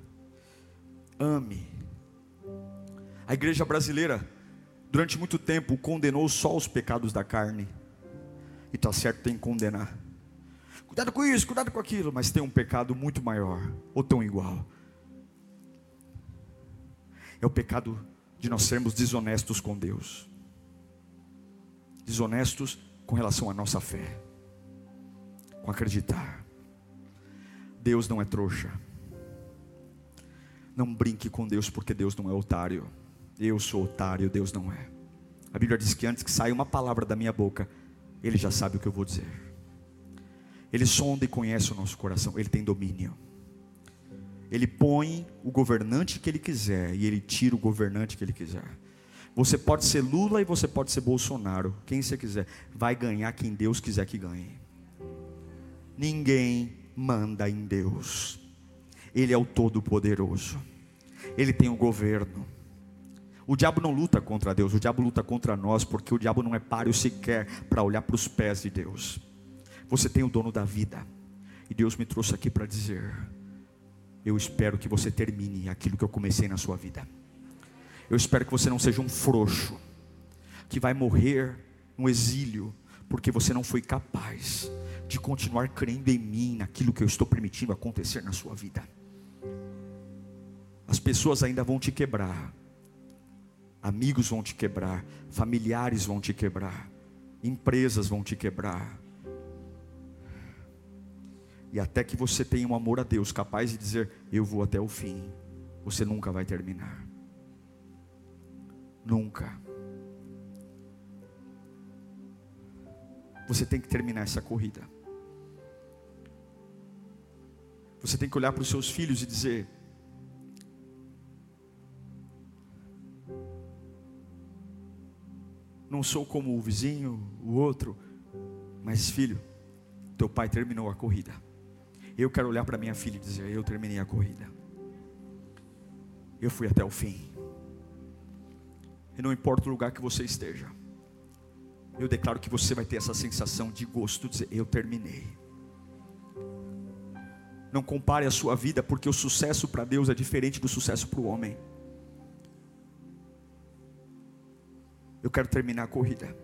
Ame. A igreja brasileira durante muito tempo condenou só os pecados da carne. E está certo, tem que condenar. Cuidado com isso, cuidado com aquilo. Mas tem um pecado muito maior, ou tão igual. É o pecado de nós sermos desonestos com Deus. Desonestos com relação à nossa fé, com acreditar. Deus não é trouxa. Não brinque com Deus, porque Deus não é otário. Eu sou otário, Deus não é. A Bíblia diz que antes que saia uma palavra da minha boca, Ele já sabe o que eu vou dizer. Ele sonda e conhece o nosso coração. Ele tem domínio. Ele põe o governante que Ele quiser, e Ele tira o governante que Ele quiser. Você pode ser Lula e você pode ser Bolsonaro, quem você quiser. Vai ganhar quem Deus quiser que ganhe. Ninguém manda em Deus. Ele é o Todo-Poderoso. Ele tem o governo. O diabo não luta contra Deus, o diabo luta contra nós, porque o diabo não é páreo sequer para olhar para os pés de Deus. Você tem o dono da vida, e Deus me trouxe aqui para dizer: eu espero que você termine aquilo que eu comecei na sua vida. Eu espero que você não seja um frouxo, que vai morrer no exílio, porque você não foi capaz de continuar crendo em mim, naquilo que eu estou permitindo acontecer na sua vida. As pessoas ainda vão te quebrar, amigos vão te quebrar, familiares vão te quebrar, empresas vão te quebrar, e até que você tenha um amor a Deus, capaz de dizer: eu vou até o fim, você nunca vai terminar. Nunca. Você tem que terminar essa corrida. Você tem que olhar para os seus filhos e dizer: não sou como o vizinho, o outro, mas filho, teu pai terminou a corrida. Eu quero olhar para minha filha e dizer: eu terminei a corrida. Eu fui até o fim. E não importa o lugar que você esteja, eu declaro que você vai ter essa sensação de gosto, de dizer: eu terminei. Não compare a sua vida, porque o sucesso para Deus é diferente do sucesso para o homem. Eu quero terminar a corrida.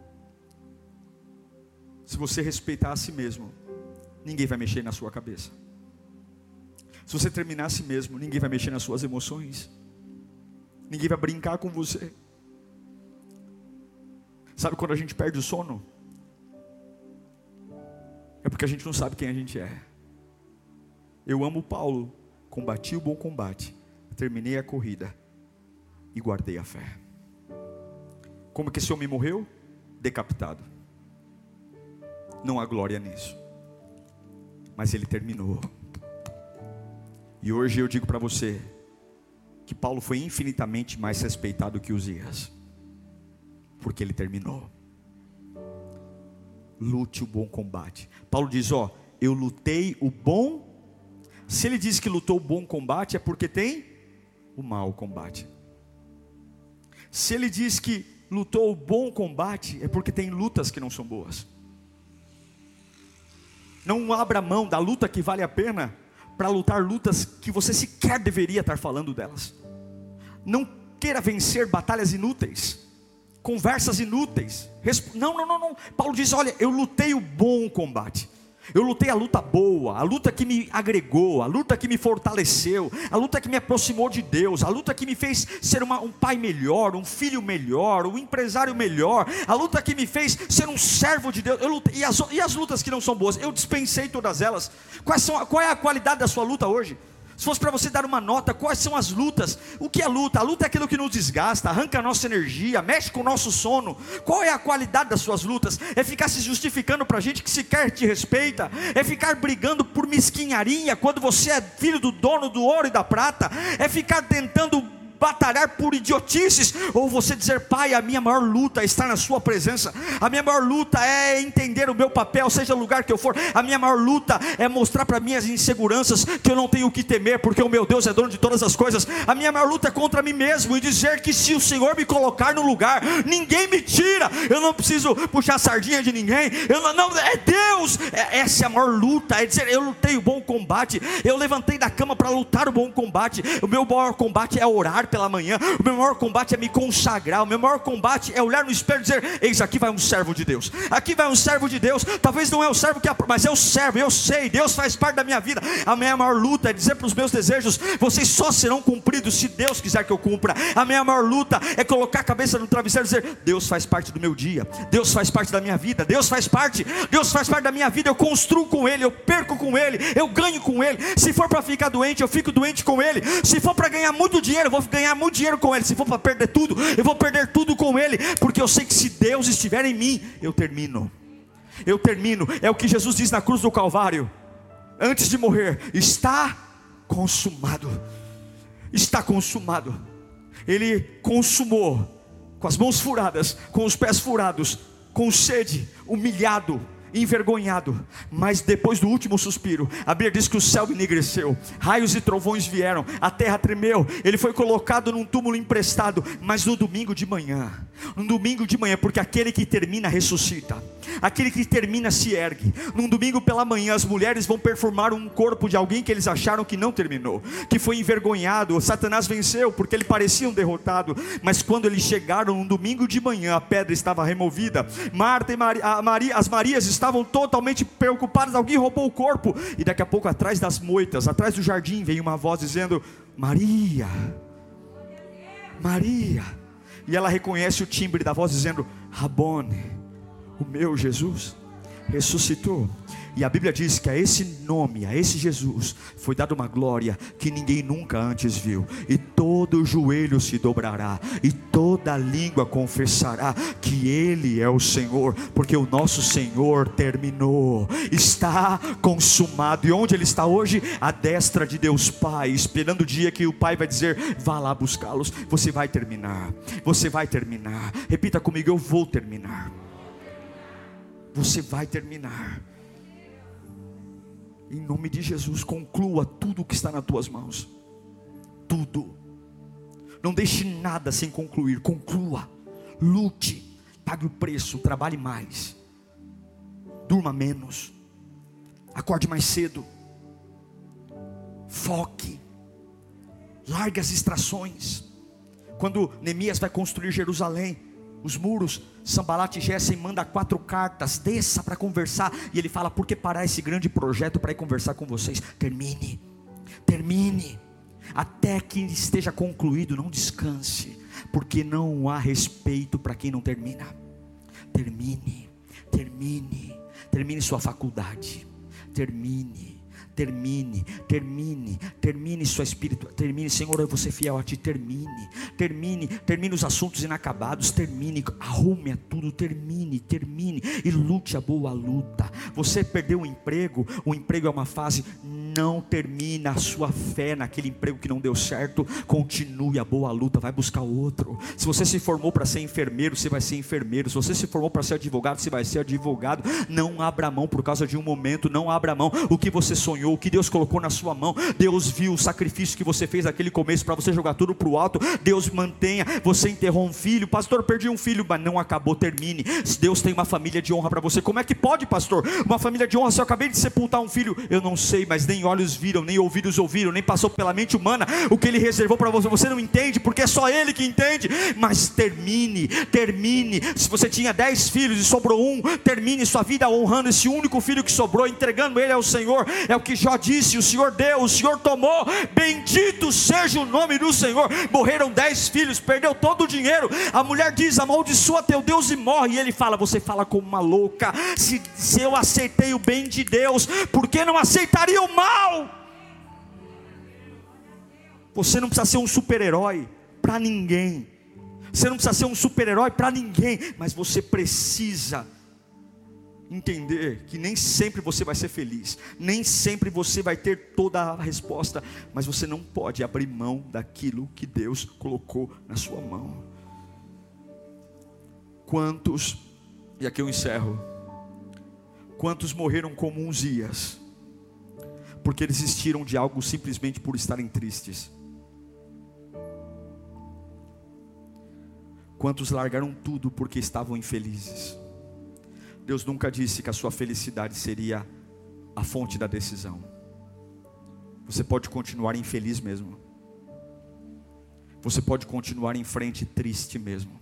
Se você respeitar a si mesmo, ninguém vai mexer na sua cabeça. Se você terminar a si mesmo, ninguém vai mexer nas suas emoções. Ninguém vai brincar com você. Sabe quando a gente perde o sono? É porque a gente não sabe quem a gente é. Eu amo Paulo. Combati o bom combate, terminei a corrida e guardei a fé. Como que esse homem morreu? Decapitado. Não há glória nisso, mas ele terminou. E hoje eu digo para você que Paulo foi infinitamente mais respeitado que Uzias, porque ele terminou. Lute o bom combate. Paulo diz: ó, eu lutei o bom. Se ele diz que lutou o bom combate, é porque tem o mau combate. Se ele diz que lutou o bom combate, é porque tem lutas que não são boas. Não abra mão da luta que vale a pena para lutar lutas que você sequer deveria estar falando delas. Não queira vencer batalhas inúteis, conversas inúteis. Não. Paulo diz: olha, eu lutei o bom combate. Eu lutei a luta boa, a luta que me agregou, a luta que me fortaleceu, a luta que me aproximou de Deus, a luta que me fez ser um pai melhor, um filho melhor, um empresário melhor, a luta que me fez ser um servo de Deus. Eu lutei, e as lutas que não são boas, eu dispensei todas elas. Qual é a qualidade da sua luta hoje? Se fosse para você dar uma nota, quais são as lutas? O que é luta? A luta é aquilo que nos desgasta, arranca a nossa energia, mexe com o nosso sono. Qual é a qualidade das suas lutas? É ficar se justificando para gente que sequer te respeita? É ficar brigando por mesquinharia, quando você é filho do dono do ouro e da prata? É ficar tentando batalhar por idiotices? Ou você dizer: Pai, a minha maior luta é estar na sua presença, a minha maior luta é entender o meu papel, seja o lugar que eu for, a minha maior luta é mostrar para minhas inseguranças que eu não tenho o que temer, porque o meu Deus é dono de todas as coisas. A minha maior luta é contra mim mesmo, e dizer que se o Senhor me colocar no lugar, ninguém me tira, eu não preciso puxar a sardinha de ninguém, é Deus. Essa é a maior luta, é dizer: eu lutei o bom combate, eu levantei da cama para lutar o bom combate. O meu maior combate é orar pela manhã, o meu maior combate é me consagrar, o meu maior combate é olhar no espelho e dizer: eis, aqui vai um servo de Deus, aqui vai um servo de Deus. Talvez não é o servo mas é o servo, eu sei, Deus faz parte da minha vida. A minha maior luta é dizer para os meus desejos: vocês só serão cumpridos se Deus quiser que eu cumpra. A minha maior luta é colocar a cabeça no travesseiro e dizer: Deus faz parte do meu dia, Deus faz parte da minha vida, Deus faz parte da minha vida. Eu construo com Ele, eu perco com Ele, eu ganho com Ele. Se for para ficar doente, eu fico doente com Ele. Se for para ganhar muito dinheiro, eu vou ganhar muito dinheiro com Ele. Se for para perder tudo, eu vou perder tudo com Ele, porque eu sei que se Deus estiver em mim, eu termino. É o que Jesus diz na cruz do Calvário, antes de morrer: está consumado. Está consumado. Ele consumou, com as mãos furadas, com os pés furados, com sede, humilhado, envergonhado, mas depois do último suspiro, a Bíblia diz que o céu enegreceu, raios e trovões vieram, a terra tremeu, ele foi colocado num túmulo emprestado. Mas no domingo de manhã, porque aquele que termina ressuscita, aquele que termina se ergue. Num domingo pela manhã, as mulheres vão perfumar um corpo de alguém que eles acharam que não terminou, que foi envergonhado. Satanás venceu porque ele parecia um derrotado, mas quando eles chegaram num domingo de manhã, a pedra estava removida. Marta e Maria, as Marias estavam totalmente preocupadas: alguém roubou o corpo. E daqui a pouco, atrás das moitas, atrás do jardim, veio uma voz dizendo: Maria, Maria. E ela reconhece o timbre da voz dizendo: Rabone, o meu Jesus ressuscitou. E a Bíblia diz que a esse nome, a esse Jesus, foi dada uma glória que ninguém nunca antes viu. E todo joelho se dobrará, e toda língua confessará que Ele é o Senhor, porque o nosso Senhor terminou. Está consumado. E onde Ele está hoje? À destra de Deus Pai, esperando o dia que o Pai vai dizer: vá lá buscá-los. Você vai terminar. Você vai terminar. Repita comigo: eu vou terminar. Você vai terminar. Em nome de Jesus, conclua tudo o que está nas tuas mãos. Tudo. Não deixe nada sem concluir. Conclua. Lute. Pague o preço. Trabalhe mais. Durma menos. Acorde mais cedo. Foque. Largue as distrações. Quando Neemias vai construir Jerusalém, os muros, Sanbalat e Gessem manda 4 cartas: desça para conversar. E ele fala: por que parar esse grande projeto para ir conversar com vocês? Termine, até que esteja concluído. Não descanse, porque não há respeito para quem não termina. Termine sua faculdade, termine sua espírito, Senhor, eu vou ser fiel a Ti. Termine os assuntos inacabados, arrume tudo, termine e lute a boa luta. Você perdeu o emprego é uma fase. Não termina a sua fé naquele emprego que não deu certo. Continue a boa luta, vai buscar outro. Se você se formou para ser enfermeiro, você vai ser enfermeiro. Se você se formou para ser advogado, você vai ser advogado. Não abra mão por causa de um momento. Não abra mão. O que você sonhou, o que Deus colocou na sua mão, Deus viu o sacrifício que você fez naquele começo para você jogar tudo para o alto. Deus mantenha. Você enterrou um filho: pastor, perdi um filho, mas não acabou. Termine. Deus tem uma família de honra para você. Como é que pode, pastor? Uma família de honra se eu acabei de sepultar um filho? Eu não sei, mas nem nem olhos viram, nem ouvidos ouviram, nem passou pela mente humana o que Ele reservou para você. Você não entende, porque é só Ele que entende. Mas termine. Se você tinha 10 filhos e sobrou um, termine sua vida honrando esse único filho que sobrou, entregando ele ao Senhor. É o que Jó disse: o Senhor deu, o Senhor tomou, bendito seja o nome do Senhor. Morreram 10 filhos, perdeu todo o dinheiro. A mulher diz: amaldiçoa teu Deus e morre. E ele fala: você fala como uma louca. Se eu aceitei o bem de Deus, por que não aceitaria o mal? Você não precisa ser um super-herói para ninguém. Você não precisa ser um super-herói para ninguém. Mas você precisa entender que nem sempre você vai ser feliz, nem sempre você vai ter toda a resposta, mas você não pode abrir mão daquilo que Deus colocou na sua mão. Quantos, e aqui eu encerro, quantos morreram como Uzias, porque desistiram de algo simplesmente por estarem tristes? Quantos largaram tudo porque estavam infelizes? Deus nunca disse que a sua felicidade seria a fonte da decisão. Você pode continuar infeliz mesmo. Você pode continuar em frente triste mesmo.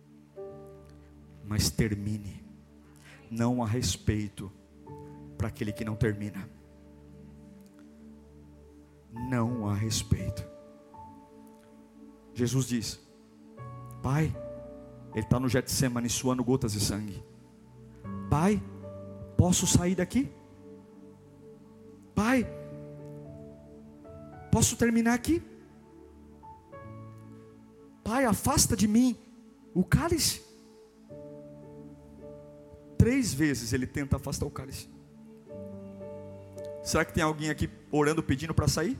Mas termine. Não há respeito para aquele que não termina. Não há respeito. Jesus diz: Pai, ele está no Getsemane suando gotas de sangue. Pai, posso sair daqui? Pai, posso terminar aqui? Pai, afasta de mim o cálice. 3 vezes ele tenta afastar o cálice. Será que tem alguém aqui orando, pedindo para sair?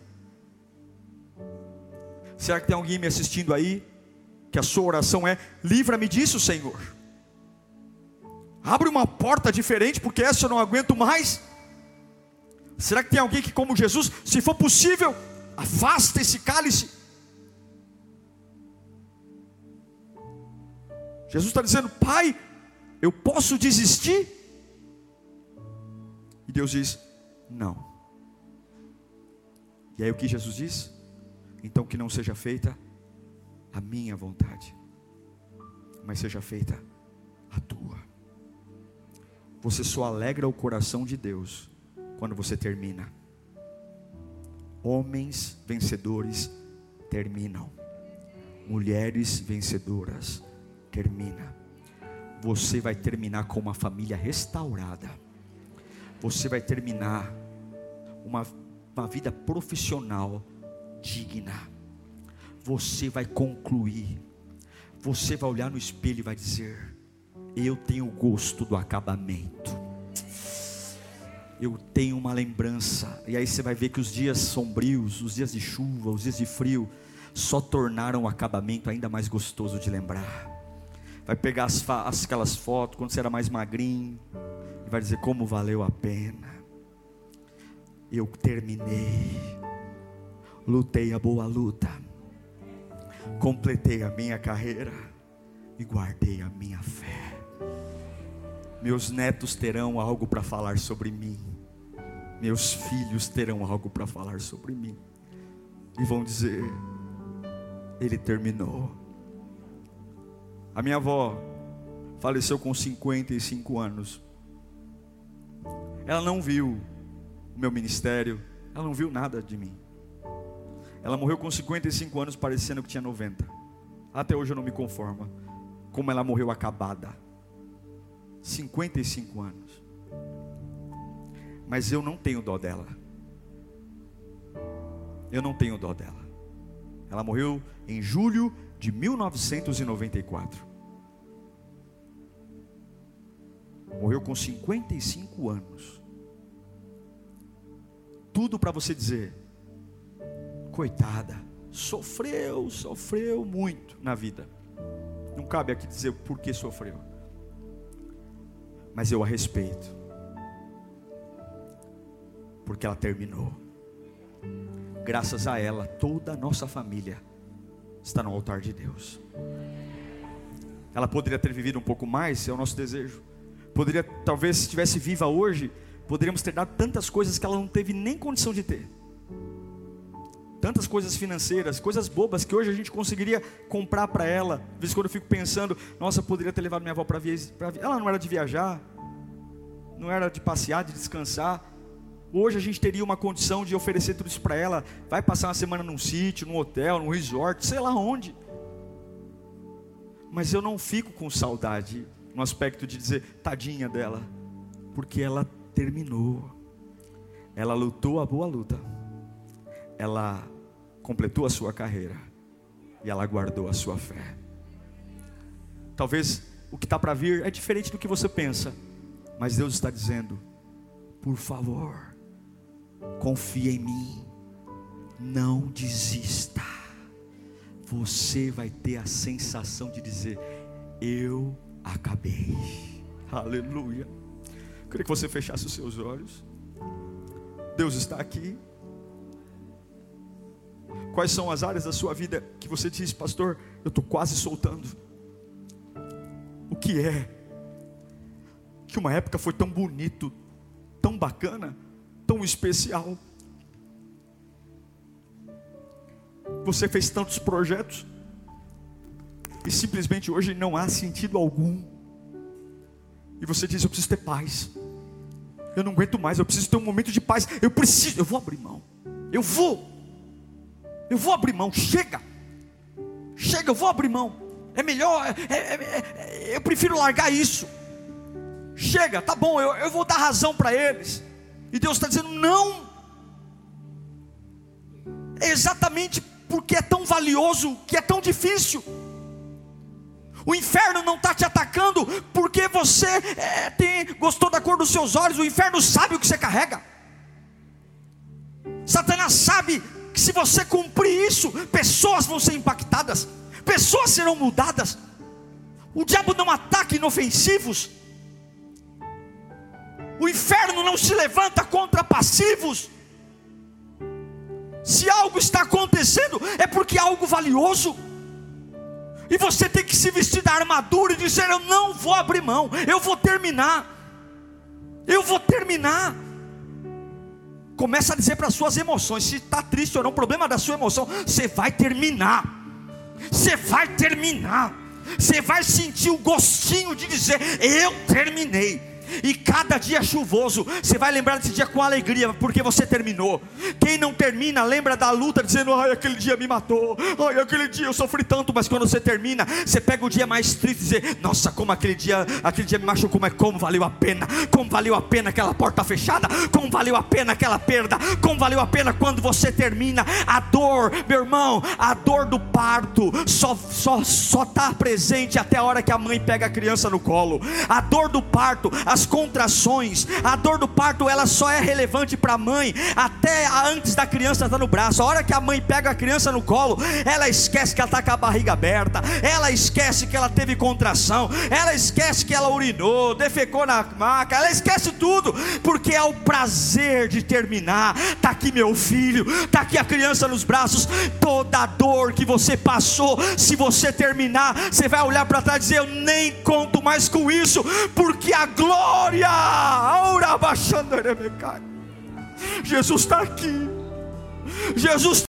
Será que tem alguém me assistindo aí, que a sua oração é: livra-me disso, Senhor? Abre uma porta diferente, porque essa eu não aguento mais. Será que tem alguém que, como Jesus, se for possível, afasta esse cálice? Jesus está dizendo: Pai, eu posso desistir? E Deus diz: não. E aí o que Jesus diz? Então que não seja feita a minha vontade, mas seja feita a tua. Você só alegra o coração de Deus quando você termina. Homens vencedores terminam. Mulheres vencedoras terminam. Você vai terminar com uma família restaurada. Você vai terminar uma vida profissional digna. Você vai concluir. Você vai olhar no espelho e vai dizer: eu tenho gosto do acabamento. Eu tenho uma lembrança. E aí você vai ver que os dias sombrios, os dias de chuva, os dias de frio, só tornaram o acabamento ainda mais gostoso de lembrar. Vai pegar aquelas fotos quando você era mais magrinho e vai dizer: como valeu a pena. Eu terminei, lutei a boa luta, completei a minha carreira e guardei a minha fé. Meus netos terão algo para falar sobre mim. Meus filhos terão algo para falar sobre mim. E vão dizer: ele terminou. A minha avó faleceu com 55 anos. Ela não viu o meu ministério. Ela não viu nada de mim. Ela morreu com 55 anos, parecendo que tinha 90. Até hoje eu não me conformo como ela morreu acabada. 55 anos. Mas eu não tenho dó dela. Eu não tenho dó dela. Ela morreu em julho de 1994. Morreu com 55 anos. Tudo para você dizer: coitada, sofreu muito na vida. Não cabe aqui dizer por que sofreu, mas eu a respeito, porque ela terminou. Graças a ela, toda a nossa família está no altar de Deus. Ela poderia ter vivido um pouco mais, é o nosso desejo. Poderia, talvez, se estivesse viva hoje, poderíamos ter dado tantas coisas que ela não teve nem condição de ter. Tantas coisas financeiras, coisas bobas que hoje a gente conseguiria comprar para ela. Às vezes quando eu fico pensando, nossa, eu poderia ter levado minha avó para viajar. Ela não era de viajar, não era de passear, de descansar. Hoje a gente teria uma condição de oferecer tudo isso para ela. Vai passar uma semana num sítio, num hotel, num resort, sei lá onde. Mas eu não fico com saudade no aspecto de dizer, tadinha dela, porque ela terminou. Ela lutou a boa luta. Ela completou a sua carreira. E ela guardou a sua fé. Talvez o que está para vir é diferente do que você pensa. Mas Deus está dizendo, por favor, confia em mim. Não desista. Você vai ter a sensação de dizer, eu acabei. Aleluia. Eu queria que você fechasse os seus olhos. Deus está aqui. Quais são as áreas da sua vida que você diz, pastor, eu estou quase soltando? O que é? Que uma época foi tão bonito, tão bacana, tão especial. Você fez tantos projetos e simplesmente hoje não há sentido algum. E você diz, eu preciso ter paz. Eu não aguento mais, eu preciso ter um momento de paz. Eu vou abrir mão. Eu vou abrir mão, chega, eu vou abrir mão, é melhor, eu prefiro largar isso, chega, tá bom, eu vou dar razão para eles, e Deus está dizendo, não, é exatamente porque é tão valioso, que é tão difícil. O inferno não está te atacando, porque você gostou da cor dos seus olhos, o inferno sabe o que você carrega, Satanás sabe, que se você cumprir isso, pessoas vão ser impactadas, pessoas serão mudadas. O diabo não ataca inofensivos, o inferno não se levanta contra passivos. Se algo está acontecendo, é porque é algo valioso, e você tem que se vestir da armadura e dizer, eu não vou abrir mão, eu vou terminar. Começa a dizer para as suas emoções, se está triste ou não, o problema da sua emoção, você vai terminar. Você vai sentir o gostinho de dizer, eu terminei. E cada dia chuvoso, você vai lembrar desse dia com alegria, porque você terminou. Quem não termina, lembra da luta, dizendo, ai, aquele dia me matou, ai, aquele dia eu sofri tanto. Mas quando você termina, você pega o dia mais triste e diz, nossa, como aquele dia me machucou, mas como valeu a pena. Como valeu a pena aquela porta fechada, como valeu a pena aquela perda, como valeu a pena quando você termina. A dor, meu irmão, a dor do parto só está presente até a hora que a mãe pega a criança no colo. A dor do parto, as contrações, a dor do parto, ela só é relevante para a mãe até antes da criança estar no braço. A hora que a mãe pega a criança no colo, ela esquece que ela está com a barriga aberta, ela esquece que ela teve contração, ela esquece que ela urinou, defecou na maca, ela esquece tudo, porque é o prazer de terminar. Está aqui meu filho, está aqui a criança nos braços. Toda a dor que você passou, se você terminar, você vai olhar para trás e dizer, eu nem conto mais com isso, porque a glória, Jesus está aqui, Jesus